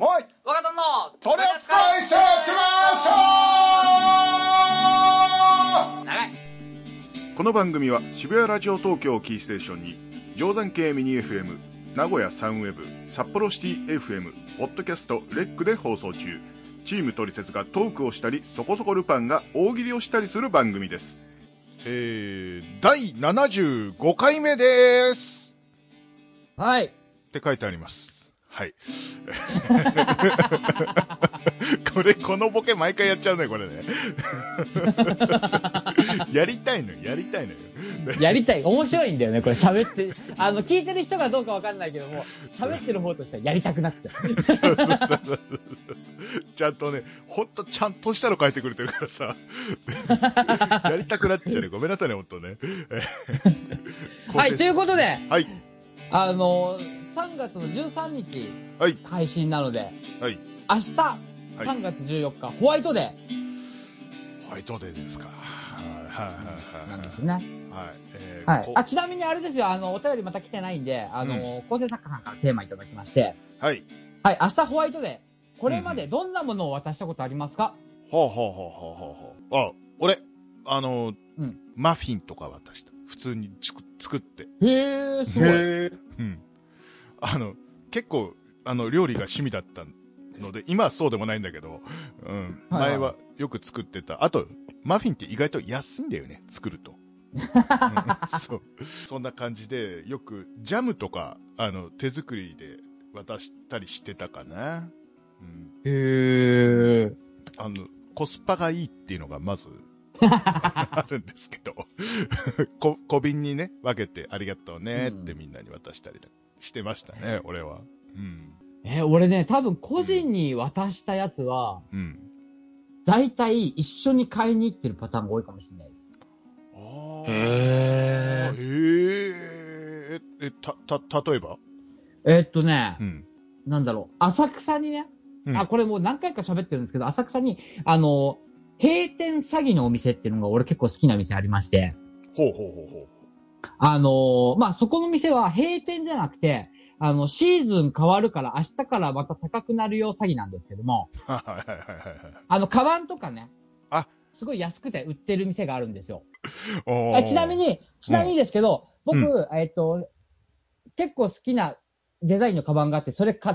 もうい若旦の取り扱い説明書。 長い。 この番組は渋谷ラジオ東京をキーステーションに定山系ミニ FM、名古屋サンウェブ、札幌シティ FM、ポッドキャストレックで放送中。チームトリセツがトークをしたり、そこそこルパンが大喜利をしたりする番組です。 第75回目です。 はい。 って書いてあります。はい。このボケ毎回やっちゃうね、これね。やりたいのよ。 やりたい。面白いんだよね、これ喋って。聞いてる人がどうかわかんないけども、喋ってる方としてはやりたくなっちゃう。 そう。ちゃんとね、ほんとちゃんとしたの書いてくれてるからさ。やりたくなっちゃうね。ごめんなさいね、ほんとね。 はい、ということで。 はい。 3月の13日、 はい、 配信なので、 はい、 明日、3月14日、ホワイトデー。 ホワイトデーですか。はい。 なんですね。 はい。 はい。ちなみにあれですよ、お便りまた来てないんで、構成作家さんからテーマいただきまして、 はい。 はい、明日ホワイトデー。これまでどんなものを渡したことありますか？ 俺、マフィンとか渡した。普通に作って。 へー、すごい。 うん。結構、料理が趣味だったので、今はそうでもないんだけど、うん。前はよく作ってた。あと、マフィンって意外と安いんだよね、作ると。そう。そんな感じで、よく、ジャムとか、手作りで渡したりしてたかな。うん。 へー。 コスパがいいっていうのがまず、あるんですけど、小瓶にね、分けてありがとうねってみんなに渡したりしてましたね、俺は。うん。 俺ね、多分個人に渡したやつは、 うん。 大体一緒に買いに行ってるパターンが多いかもしれないです。 へー。例えば？ うん。なんだろう、浅草にね、これもう何回か喋ってるんですけど、浅草に、閉店詐欺のお店っていうのが俺結構好きな店ありまして。 ほう。 まあ、そこの店は閉店じゃなくて、シーズン変わるから明日からまた高くなるよ詐欺なんですけども。カバンとかね。すごい安くて売ってる店があるんですよ。ちなみにですけど、僕、結構好きなデザインのカバンがあって、それ買って、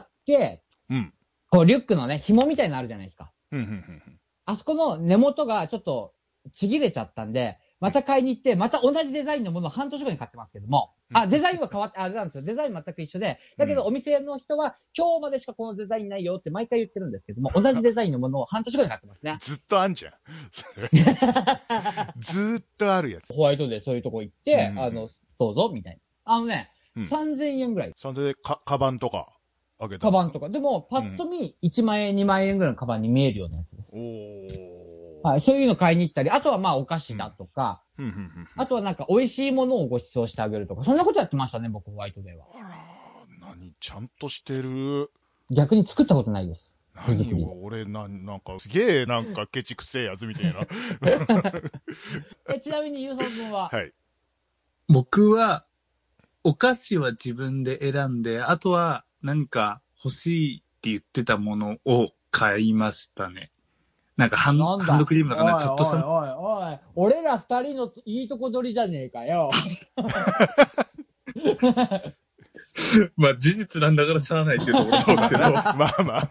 こうリュックのね、紐みたいなのあるじゃないですか。あそこの根元がちょっとちぎれちゃったんで、また買いに行って、また同じデザインのものを半年後に買ってますけども。デザインは変わって、あれなんですよ。デザイン全く一緒で。だけどお店の人は、今日までしかこのデザインないよって毎回言ってるんですけども、同じデザインのものを半年後に買ってますね。 ずっとあんじゃん。ずっとあるやつ。 ホワイトでそういうとこ行って、どうぞ、みたいな。3000円ぐらい。 3000円カバンとかあげた。 カバンとか。でも、パッと見、1万円、2万円ぐらいのカバンに見えるようなやつです。はい、そういうの買いに行ったり、あとはまあお菓子だとか、あとはなんか美味しいものをご馳走してあげるとか、そんなことやってましたね、僕、ホワイトデーは。 ちゃんとしてる。 逆に作ったことないです。 俺、なんか、すげえ、なんか、ケチくせえやつみたいな。 ちなみに、ゆうさん君は？ はい。僕は、お菓子は自分で選んで、あとは何か欲しいって言ってたものを買いましたね。なんかハンドクリームとかね、ちょっとした。 おい。俺ら二人のいいとこ取りじゃねえかよ。 まあ事実なんだからしゃあないっていうところそうだけど。 ま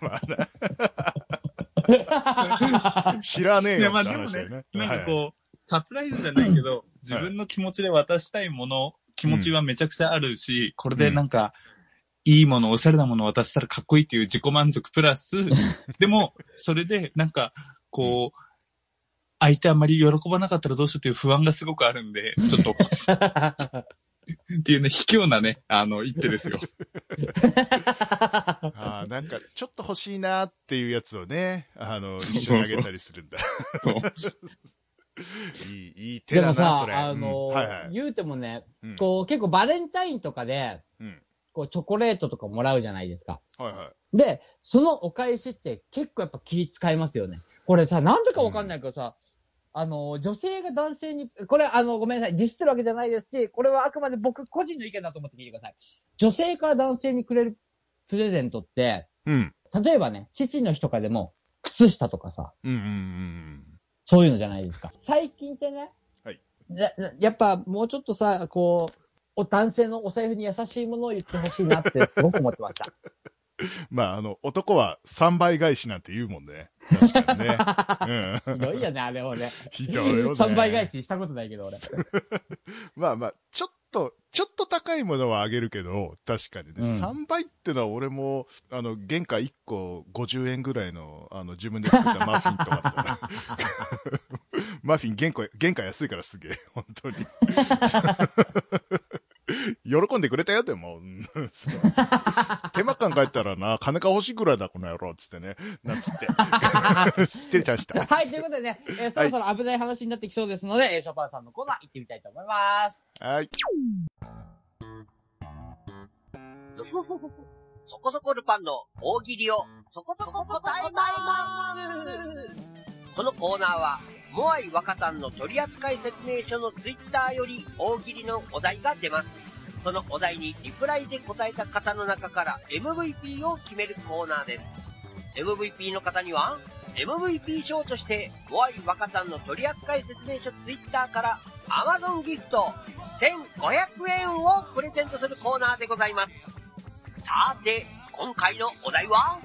あ。知らねえよって話だよね。 なんかこう、サプライズじゃないけど、自分の気持ちで渡したいもの、気持ちはめちゃくちゃあるし、これでなんか、いいもの、おしゃれなものを渡したらかっこいいっていう自己満足プラス、でも、それでなんか、こう、相手あんまり喜ばなかったらどうしようという不安がすごくあるんで、ちょっと、っていうね、卑怯なね、一手ですよ。 なんか、ちょっと欲しいなっていうやつをね、一緒にあげたりするんだ。いい手だな、それ。 でもさ、言うてもね、こう、結構バレンタインとかで、こう、チョコレートとかもらうじゃないですか。で、そのお返しって結構やっぱ気使いますよね。これさ、なんでかわかんないけどさ、女性が男性に、これごめんなさい、ディスってるわけじゃないですし、これはあくまで僕個人の意見だと思って聞いてください。女性から男性にくれるプレゼントって、例例えばね、父の日とかでも、靴下とかさ、そういうのじゃないですか。最近ってね、 はい。 やっぱもうちょっとさ、こう、男性のお財布に優しいものを言ってほしいなってすごく思ってました。 まあ、男は3倍返しなんて言うもんね。確かにね。 ひどいよね、あれをね。 ひどいよね。 3倍返ししたことないけど、俺。 まあまあ、ちょっと高いものはあげるけど、確かにね。3倍ってのは俺も、原価1個50円ぐらいの、自分で作ったマフィンとかだから。マフィン原価安いからすげえ、本当に。喜んでくれたよ、でも。手間考えたらな、金が欲しいくらいだ、この野郎、つってね。なんつって。失礼しました。 はい、ということでね、そろそろ危ない話になってきそうですので、ショパンさんのコーナー行ってみたいと思います。 はい。 そこそこルパンの大喜利をそこそこ答えます。このコーナーは、モアイ若さんの取扱説明書のツイッターより大喜利のお題が出ます。そのお題にリプライで答えた方の中から MVP を決めるコーナーです。MVP の方には、MVP 賞として、モアイ若さんの取扱説明書ツイッターから Amazon ギフト1500円をプレゼントするコーナーでございます。さて、今回のお題は、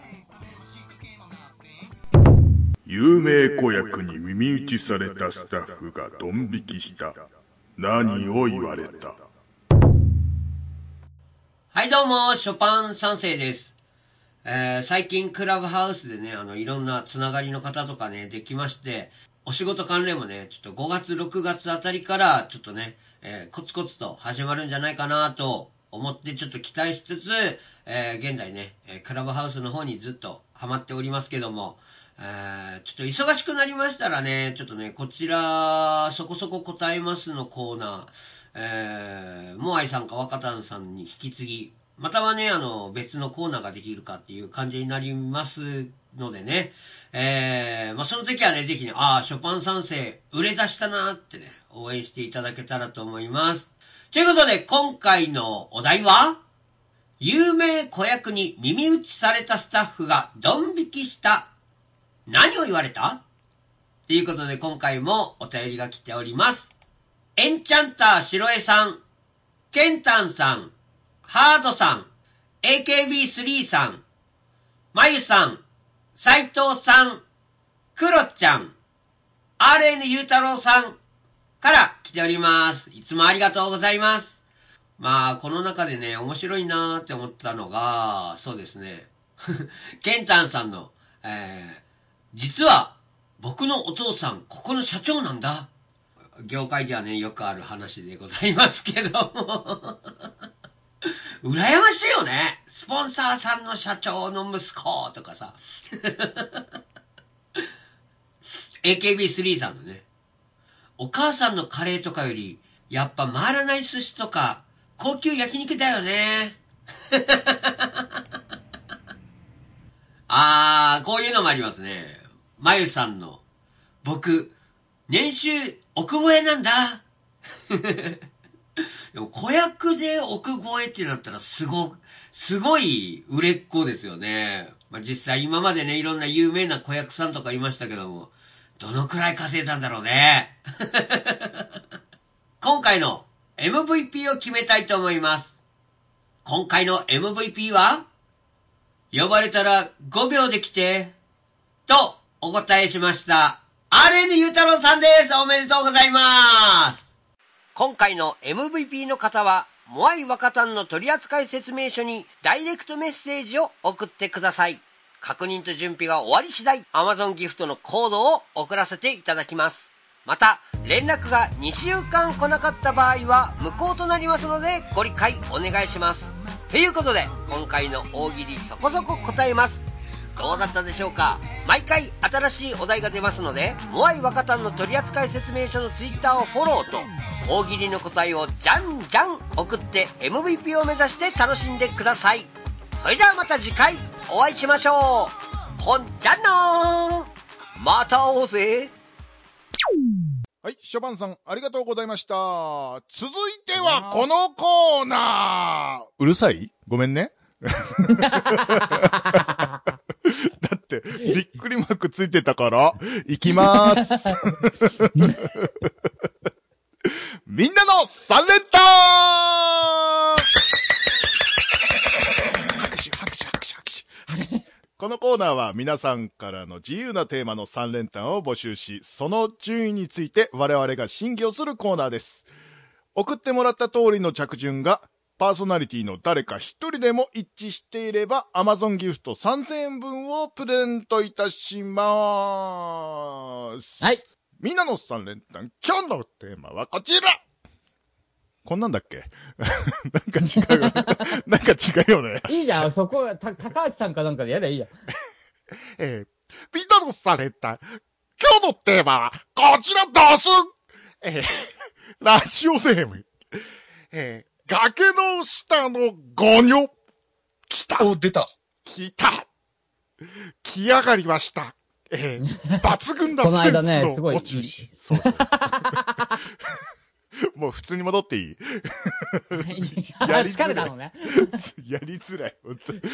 有名子役に耳打ちされたスタッフがドン引きした。何を言われた？ はいどうも、ショパン三世です。最近クラブハウスでね、いろんなつながりの方とかね、できまして、お仕事関連もね、ちょっと5月、6月あたりから、ちょっとね、コツコツと始まるんじゃないかなと思ってちょっと期待しつつ、現在ね、クラブハウスの方にずっとハマっておりますけども、ちょっと忙しくなりましたらね、ちょっとね、こちら、そこそこ答えますのコーナー、モアイさんか若田さんに引き継ぎ、またはね、別のコーナーができるかっていう感じになりますのでね、まあ、その時はね、ぜひね、ショパン三世、売れ出したなってね、応援していただけたらと思います。ということで、今回のお題は、有名子役に耳打ちされたスタッフがドン引きした。何を言われた？ということで、今回もお便りが来ております。エンチャンターシロエさん、ケンタンさん、ハードさん、AKB3 さん、まゆさん、斉藤さん、クロちゃん、RN ゆうたろうさんから来ております。いつもありがとうございます。まあ、この中でね、面白いなーって思ったのが、そうですね。ケンタンさんの、実は、僕のお父さん、ここの社長なんだ。業界ではね、よくある話でございますけども。羨ましいよね。スポンサーさんの社長の息子とかさ。AKB3 さんのね。お母さんのカレーとかより、やっぱ回らない寿司とか、高級焼肉だよね。こういうのもありますね。まゆさんの、僕、年収億超えなんだ。でも子役で億超えってなったらすごい売れっ子ですよね。まあ、実際今までね、いろんな有名な子役さんとかいましたけども、どのくらい稼いだんだろうね。今回の MVP を決めたいと思います。今回の MVP は、呼ばれたら5秒で来て、とお答えしました。RN ゆうたろうさんです。おめでとうございます。今回の MVP の方は、モアイ若旦の取扱説明書にダイレクトメッセージを送ってください。確認と準備が終わり次第、Amazon ギフトのコードを送らせていただきます。また、連絡が2週間来なかった場合は無効となりますので、ご理解お願いします。ということで、今回の大喜利そこそこ答えます。どうだったでしょうか？毎回新しいお題が出ますので、モアイ若旦の取扱説明書のツイッターをフォローと、大喜利の答えをじゃんじゃん送って MVP を目指して楽しんでください。それではまた次回お会いしましょう。ほんじゃんのー。また会おうぜ。 はい、ショパンさん、ありがとうございました。続いてはこのコーナー。うるさい？ごめんね。 くりマークついてたから、行きまーす。みんなの3連単拍手、拍手、拍手、拍手、拍手。このコーナーは皆さんからの自由なテーマの3連単を募集し、その順位について我々が審議をするコーナーです。送ってもらった通りの着順が、パーソナリティの誰か一人でも一致していれば Amazon ギフト3000円分をプレゼントいたしまーす。 はい。 みんなの3連単、今日のテーマはこちら。こんなんだっけなんか違うよね。なんか違うよね。 いいじゃん、そこ、高橋さんかなんかでやればいいじゃん。 みんなの3連単、今日のテーマはこちらです。ラジオネーム、崖の下のゴニョ。来た。 お、出た。 来た。来やがりました。抜群なセンスのこの間ね、すごい。 そう。もう普通に戻っていいやり疲れたのね。 やりづらい。本当に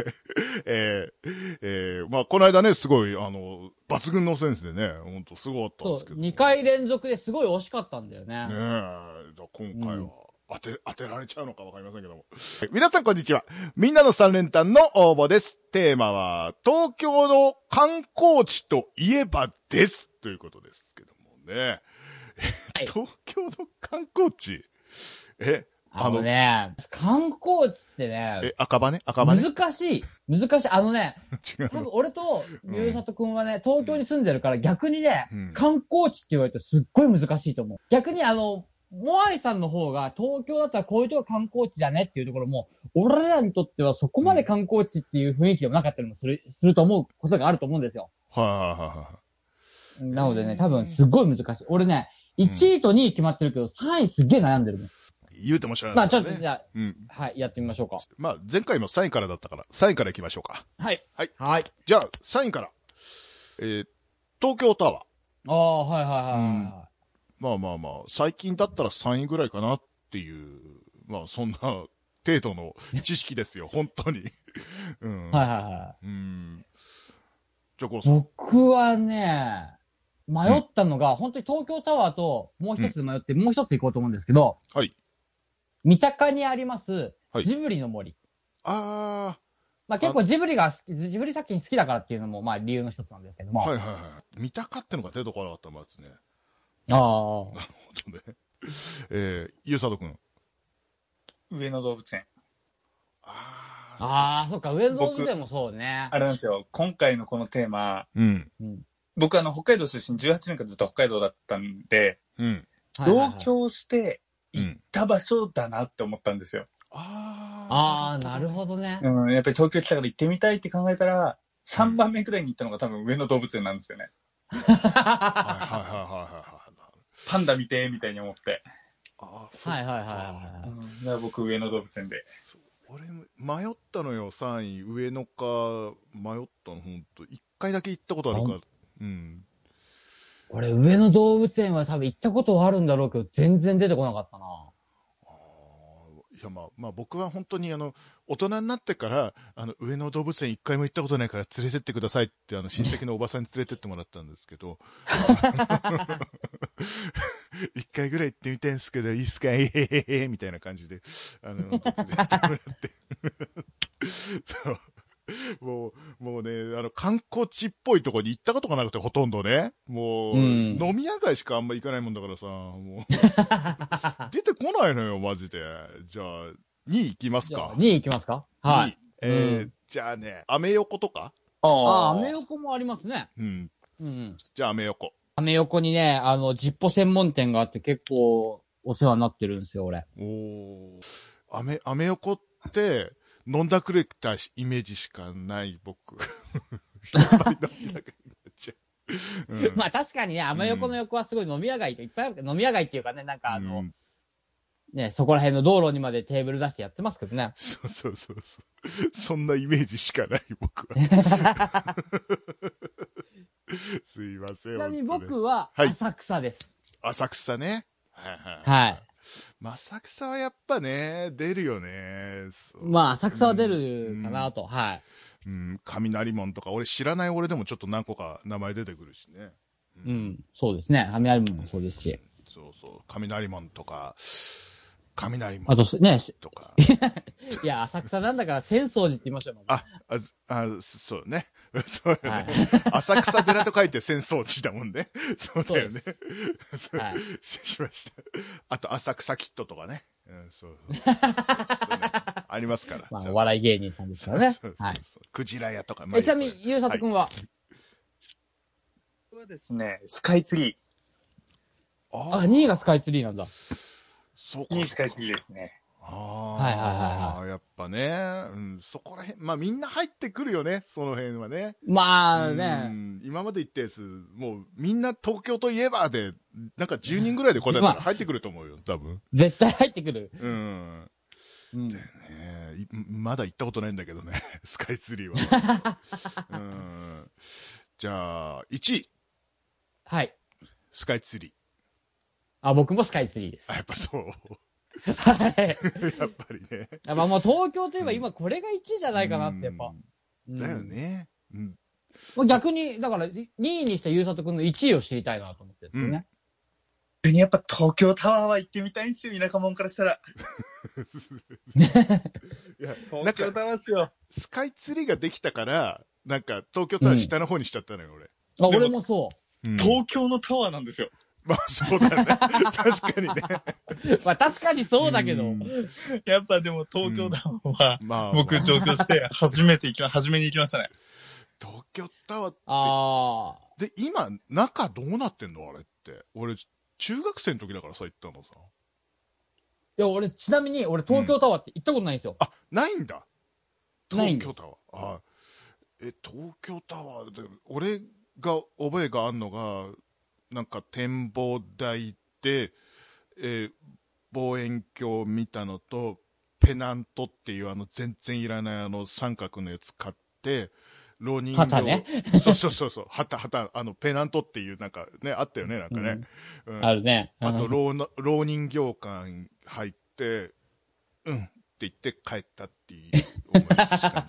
まあ、この間ね、すごい、抜群のセンスでね、本当すごかったんですけど。 そう、2回連続ですごい惜しかったんだよね。 ねえ、今回は、当てられちゃうのかわかりませんけども。皆さんこんにちは。みんなの3連単の応募です。テーマは、東京の観光地といえばです。ということですけどもね。はい、東京の観光地ね、観光地ってね。 赤羽難しい。違う。多分俺と、ゆうさとくんはね、東京に住んでるから逆にね、観光地って言われてすっごい難しいと思う。逆にモアイさんの方が東京だったらこういうとこ観光地だねっていうところも、俺らにとってはそこまで観光地っていう雰囲気でもなかったりもすると思うことがあると思うんですよ。なのでね、多分すっごい難しい。俺ね、1位と2位決まってるけど、3位すっげえ悩んでるもん。 言うても知らない、 ね。まあちょっとじゃあ、はい、やってみましょうか。 まあ前回も3位からだったから、3位から行きましょうか。 はい。 はい。 はい。 じゃあ、3位から。東京タワー。 ああ、はいはいはい、 まあ、最近だったら3位ぐらいかなっていう、まあそんな程度の知識ですよ、本当に。 はい。 じゃあ、コロさん。 僕はね、迷ったのが、本当に東京タワーともう一つで迷って、もう一つ行こうと思うんですけど、 はい。 三鷹にあります、ジブリの森。 まあ結構ジブリ作品好きだからっていうのも、まあ理由の一つなんですけども。 三鷹ってのが出てこなかったまずね。 なるほどね。ゆうさとくん。 上野動物園。 そっか、上野動物園もそうね。 あれなんですよ、今回のこのテーマ、僕北海道出身18年間ずっと北海道だったんで、同居して行った場所だなって思ったんですよ。 なるほどね。 やっぱり東京来たから行ってみたいって考えたら、3番目くらいに行ったのが多分上野動物園なんですよね。パンダ見てみたいに思って。 だから僕上野動物園で。 俺迷ったのよ、3位上野か迷ったの。ほんと1回だけ行ったことあるから。 俺上野動物園は多分行ったことはあるんだろうけど全然出てこなかったな。 いやまあ僕は本当に大人になってから上野動物園1回も行ったことないから連れてってくださいって親戚のおばさんに連れてってもらったんですけど1回ぐらい行ってみたいんですけどいいっすかみたいな感じで連れてってもらってそうもうね、観光地っぽいとこに行ったことがなくて、ほとんどね。もう、飲み屋街しかあんま行かないもんだからさ、もう、出てこないのよ、マジで。じゃあ、2位行きますか。 2位行きますか。はい。 じゃあね、アメ横とかアメ横もありますね。 じゃあ、アメ横。 アメ横にね、ジッポ専門店があって結構お世話になってるんですよ、俺。 アメ横って、飲んだくれたイメージしかない僕。 まあ確かにね、アメ横の横はすごい飲み屋街いっぱいある。飲み屋街っていうかね、なんかね、そこら辺の道路にまでテーブル出してやってますけどね。 そう。そんなイメージしかない僕は。すいません。 ちなみに僕は浅草です。 浅草ね。 はい。 浅草はやっぱね、出るよね。 まあ、浅草は出るかなと、はい。 うん、雷門とか、俺知らない俺でもちょっと何個か名前出てくるしね。 うん、そうですね。雷門もそうですし。 そうそう、雷門とか、雷門あとね、 とか。 いや、浅草なんだから浅草寺って言いましょう。 そうね。そうよね。 はい、 浅草寺と書いて浅草寺だもんね。そうだよね。はい。失礼しました。あと、浅草キットとかね。うん、そう。ありますから。 まあ、お笑い芸人さんですからね。はい。 クジラ屋とか。 ちなみに、ゆうさとくんは、 はですね、スカイツリー。 2位がスカイツリーなんだ。 そうか。 2位スカイツリーですね。 はいはいはいはい。 やっぱね、うん、そこら辺、まあみんな入ってくるよね、その辺はね。 まあね。 今まで言ったやつ、もうみんな東京といえばで、なんか10人ぐらいで答えたら入ってくると思うよ、多分。 絶対入ってくる。 うん。でね、まだ行ったことないんだけどね、スカイツリーは。じゃあ、1位。 はい。 スカイツリー。 僕もスカイツリーです。 やっぱそう。 はい。 やっぱりね。 やっぱもう東京といえば今これが1位じゃないかなってやっぱ。 だよね。 逆に、だから2位にしたゆうさとくんの1位を知りたいなと思ってるんですよね。 やっぱ東京タワーは行ってみたいんですよ、田舎者からしたら。東京タワーっすよ。 スカイツリーができたから、なんか東京タワー下の方にしちゃったのよ、 俺。俺もそう。 東京のタワーなんですよ。 まあそうだね。確かにね。 まあ確かにそうだけど。 やっぱでも東京タワーは、僕上京して初めに行きましたね。 東京タワーって。で、今、中どうなってんのあれって。俺、中学生の時だからさ、行ったのさ。 いや、ちなみに俺東京タワーって行ったことないんですよ。 ないんだ。 東京タワー。東京タワーで、俺が覚えがあんのが、なんか展望台で、望遠鏡見たのと、ペナントっていう全然いらない三角のやつ買って、浪人形。 旗ね。 そう。旗、ペナントっていうなんかね、あったよね、なんかね。 あるね。 あと、浪人形館入って、って言って帰ったっていう思いでした、ね。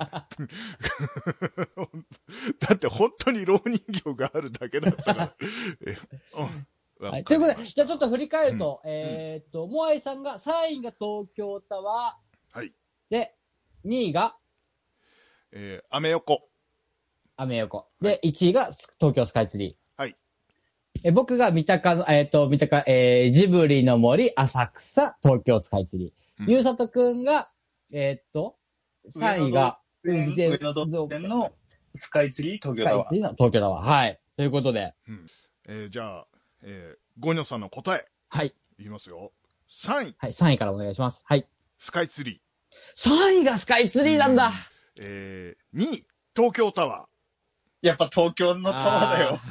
だって本当に浪人形があるだけだったから。 はい、ということで、じゃあちょっと振り返ると、モアイさんが3位が東京タワー。はい。 で、2位が、 アメ横。 で、1位が東京スカイツリー。 はい。 僕がジブリの森、浅草、東京スカイツリー。ゆうさとくんが、3位が、 上野動物園のスカイツリー、東京タワー。 スカイツリーの東京タワー。はい。ということで。 じゃあ、ゴニョさんの答え。 はい。 いきますよ。3位。 はい、3位からお願いします。はい。 スカイツリー。3位がスカイツリーなんだ。 2位、東京タワー。 やっぱ東京のタワーだよ。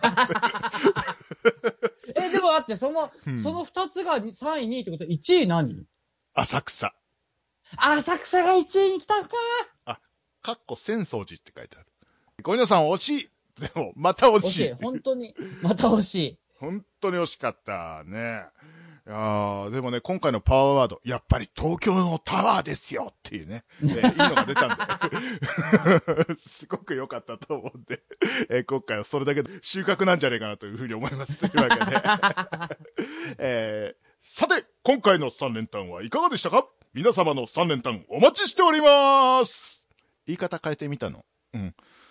でもだってその2つが3位、2位ってことは1位何？ 浅草。 浅草が1位に来たか。 かっこ浅草寺って書いてある。ゴニョさん惜しい。でも、また惜しい。 本当に、また惜しい。 本当に惜しかったね。いやー、でもね、今回のパワーワード、やっぱり東京のタワーですよっていうね。いいのが出たんで。すごく良かったと思うんで、今回はそれだけで収穫なんじゃねえかなというふうに思います。というわけで。さて、今回の3連単はいかがでしたか？皆様の3連単お待ちしております。言い方変えてみたの。ね、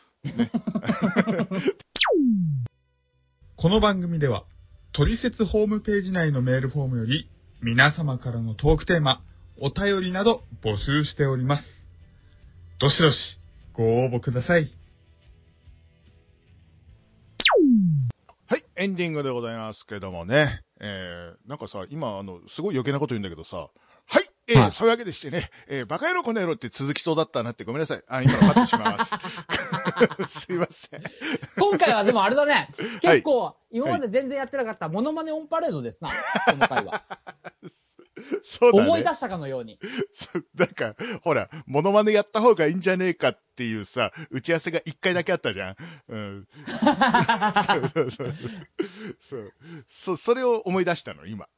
この番組では、トリセツホームページ内のメールフォームより、皆様からのトークテーマ、お便りなど募集しております。どしどしご応募ください。 はい、エンディングでございますけどもね。なんかさ、今すごい余計なこと言うんだけどさ、はい、そういうわけでしてね、バカ野郎この野郎って続きそうだったなってごめんなさい。今のカットします。すいません。 今回はでもあれだね。結構、今まで全然やってなかったモノマネオンパレードですな。今回は。 そうだね。 思い出したかのように。 なんか、ほら、モノマネやった方がいいんじゃねえかっていうさ、打ち合わせが1回だけあったじゃん。うん。それを思い出したの、今。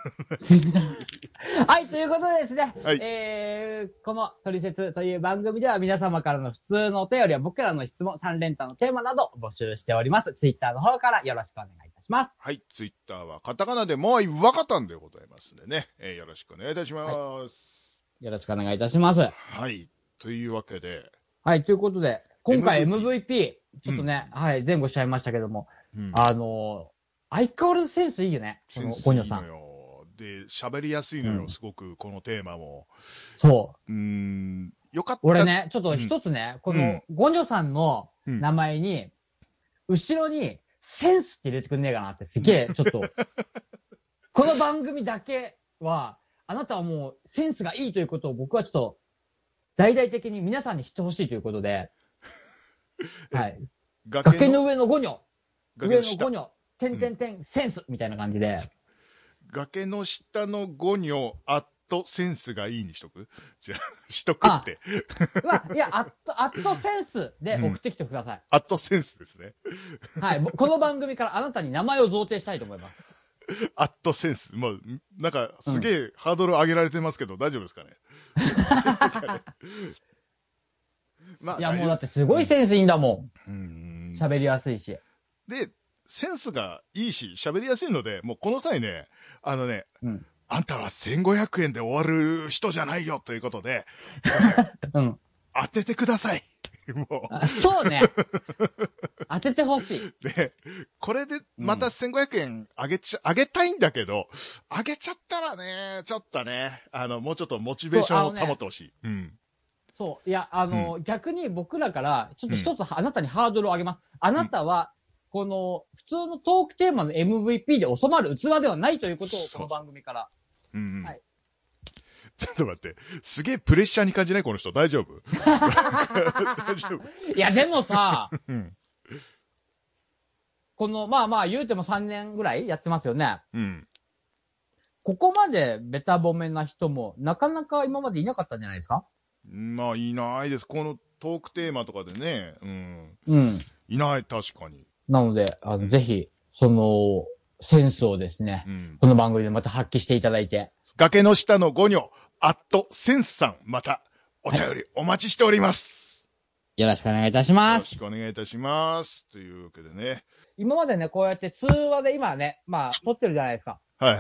はい、ということでですね。 はいこのトリセツという番組では皆様からの普通のお便りや僕らの質問、3連単のテーマなど募集しております。ツイッターの方からよろしくお願いいたします。 はい、ツイッターはカタカナでもうわかたんでございますんでね。よろしくお願いいたします。 はい、よろしくお願いいたします。 はい、というわけで。 はい、ということで、今回 MVP、ちょっとね、はい、前後しちゃいましたけども、相変わらずセンスいいよね。 センスいいのよ。で、喋りやすいのよ、すごく、このテーマも。 そう。 よかった。 俺ね、ちょっと一つね、この、ゴニョさんの名前に、後ろに、センスって入れてくんねえかなって、すげえ、ちょっと。この番組だけは、あなたはもう、センスがいいということを僕はちょっと、大々的に皆さんに知ってほしいということで、はい。崖の上のゴニョ。上のゴニョ。センスみたいな感じで。 崖の下のゴニョ、センスがいいにしとく？じゃあ、しとくって。 いや、センスで送ってきてください。 センスですね。 はい。この番組からあなたに名前を贈呈したいと思います。 センス。もう、なんか、すげえハードル上げられてますけど、大丈夫ですかね。 いや、もうだってすごいセンスいいんだもん。喋りやすいし。 で、センスがいいし、喋りやすいので、もうこの際ね、あんたは1500円で終わる人じゃないよということで、当ててください。もう。 そうね。当ててほしい。 で、これでまた1500円あげたいんだけど、あげちゃったらね、ちょっとね、もうちょっとモチベーションを保ってほしい。 そう。いや、逆に僕らから、ちょっと一つあなたにハードルを上げます。あなたは、この、普通のトークテーマの MVP で収まる器ではないということを、この番組から。はい。 ちょっと待って。すげえプレッシャーに感じないこの人。大丈夫大丈夫いや、でもさ、この、言うても3年ぐらいやってますよね。ここまでベタ褒めな人も、なかなか今までいなかったんじゃないですか？ いないです。このトークテーマとかでね。いない、確かに。 なので、ぜひ、その、センスをですね、この番組でまた発揮していただいて。 崖の下のゴニョ、センスさん、また、お便りお待ちしております。 よろしくお願いいたします。 よろしくお願いいたします。というわけでね。 今までね、こうやって通話で今ね、撮ってるじゃないですか。 はい。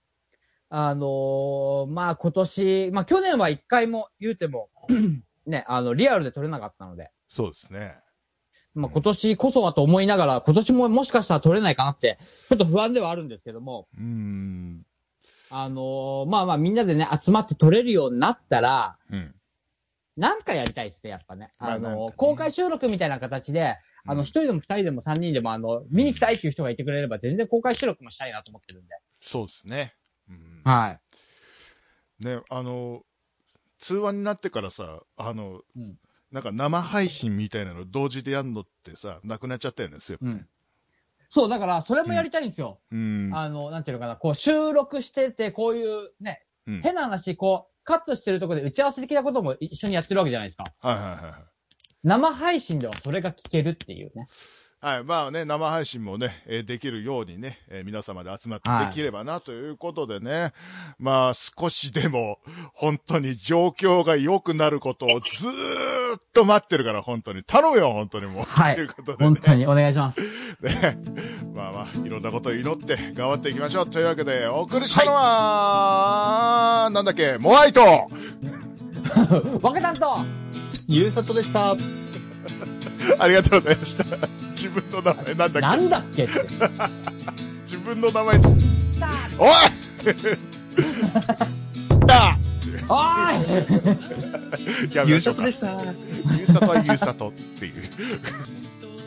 今年、去年は一回も言うても、ね、リアルで撮れなかったので。 そうですね。 今年こそはと思いながら、今年ももしかしたら撮れないかなって、ちょっと不安ではあるんですけども。みんなでね、集まって撮れるようになったら、なんかやりたいですね、やっぱね。公開収録みたいな形で、一人でも二人でも三人でも、見に来たいっていう人がいてくれれば、全然公開収録もしたいなと思ってるんで。 そうですね。 はい。 ね、通話になってからさ、なんか生配信みたいなの同時でやんのってさ、なくなっちゃったよね、そういえばね。 そう、だから、それもやりたいんですよ。なんていうのかな、こう、収録してて、こういうね、変な話、こう、カットしてるところで打ち合わせ的なことも一緒にやってるわけじゃないですか。生配信ではそれが聞けるっていうね。 はい。生配信もね、できるようにね、皆様で集まってできればな、ということでね。少しでも、本当に状況が良くなることをずーっと待ってるから、本当に。頼むよ、本当にもう。 はい。 ということでね。 本当にお願いします。 ね。いろんなことを祈って頑張っていきましょう。というわけで、お送りしたのは、なんだっけ、モアイと、 わけたんと、 ゆうさとでした。 ありがとうございました。自分の名前なんだっけ？ なんだっけって。 自分の名前。おいおいゆうさとでした。 ゆうさとはゆうさとっていう。